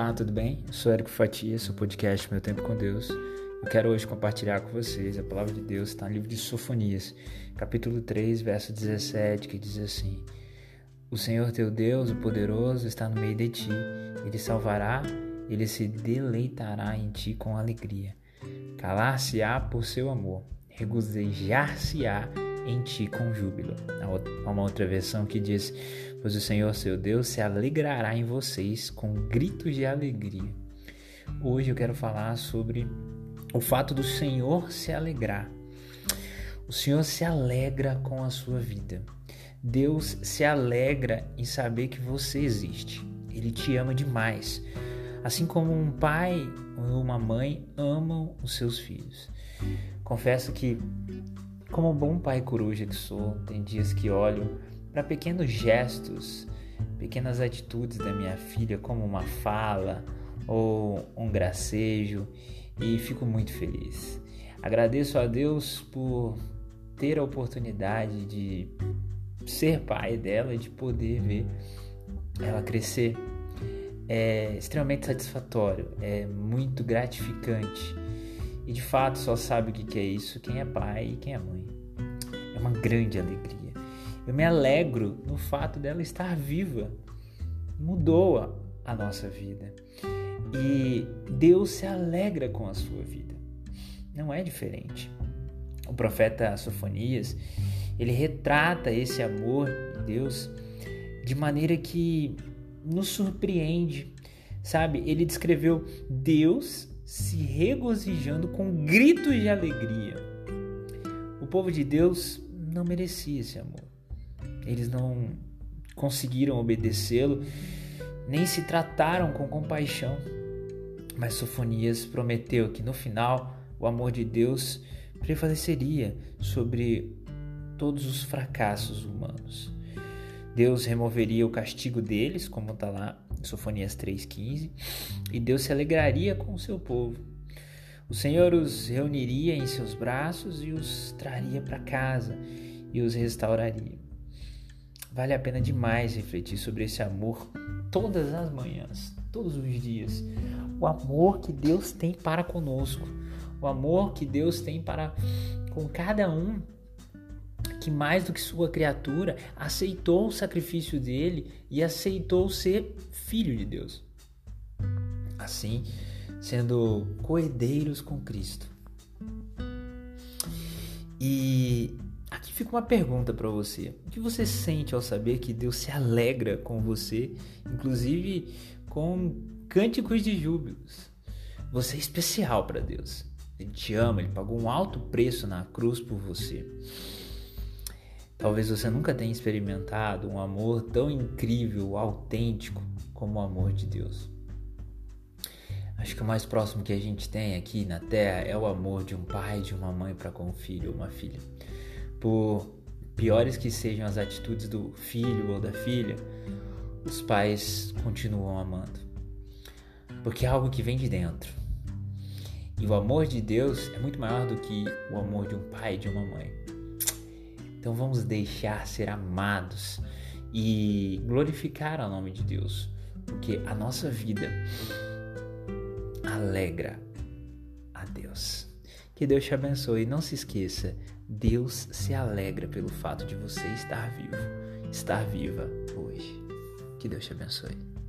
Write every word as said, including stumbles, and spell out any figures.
Olá, tudo bem? Eu sou Érico Fatia, sou podcast Meu Tempo com Deus. Eu quero hoje compartilhar com vocês a palavra de Deus, está no livro de Sofonias, capítulo três, verso dezessete, que diz assim: O Senhor teu Deus, o poderoso, está no meio de ti. Ele salvará, ele se deleitará em ti com alegria. Calar-se-á por seu amor, regozijar-se-á em ti com júbilo. Há uma outra versão que diz: Pois o Senhor seu Deus se alegrará em vocês com gritos de alegria. Hoje eu quero falar sobre o fato do Senhor se alegrar. O Senhor se alegra com a sua vida. Deus se alegra em saber que você existe. Ele te ama demais. Assim como um pai ou uma mãe amam os seus filhos. Confesso que, como um bom pai coruja que sou, tem dias que olho para pequenos gestos, pequenas atitudes da minha filha, como uma fala ou um gracejo, e fico muito feliz. Agradeço a Deus por ter a oportunidade de ser pai dela e de poder ver ela crescer. É extremamente satisfatório, é muito gratificante. E de fato só sabe o que é isso quem é pai e quem é mãe. É uma grande alegria. Eu me alegro no fato dela estar viva. Mudou a, a nossa vida. E Deus se alegra com a sua vida. Não é diferente. O profeta Sofonias, ele retrata esse amor de Deus de maneira que nos surpreende. Sabe? Ele descreveu Deus se regozijando com gritos de alegria. O povo de Deus não merecia esse amor. Eles não conseguiram obedecê-lo, nem se trataram com compaixão. Mas Sofonias prometeu que no final o amor de Deus prevaleceria sobre todos os fracassos humanos. Deus removeria o castigo deles, como está lá em Sofonias três, quinze, e Deus se alegraria com o seu povo. O Senhor os reuniria em seus braços e os traria para casa e os restauraria. Vale a pena demais refletir sobre esse amor todas as manhãs, todos os dias. O amor que Deus tem para conosco, o amor que Deus tem para com cada um, que mais do que sua criatura, aceitou o sacrifício dele e aceitou ser filho de Deus. Assim, sendo coerdeiros com Cristo. E aqui fica uma pergunta para você. O que você sente ao saber que Deus se alegra com você, inclusive com cânticos de júbilos? Você é especial para Deus. Ele te ama, ele pagou um alto preço na cruz por você. Talvez você nunca tenha experimentado um amor tão incrível, autêntico, como o amor de Deus. Acho que o mais próximo que a gente tem aqui na Terra é o amor de um pai e de uma mãe para com um filho ou uma filha. Por piores que sejam as atitudes do filho ou da filha, os pais continuam amando. Porque é algo que vem de dentro. E o amor de Deus é muito maior do que o amor de um pai e de uma mãe. Então vamos deixar ser amados e glorificar o nome de Deus, porque a nossa vida alegra a Deus. Que Deus te abençoe. E não se esqueça, Deus se alegra pelo fato de você estar vivo, estar viva hoje. Que Deus te abençoe.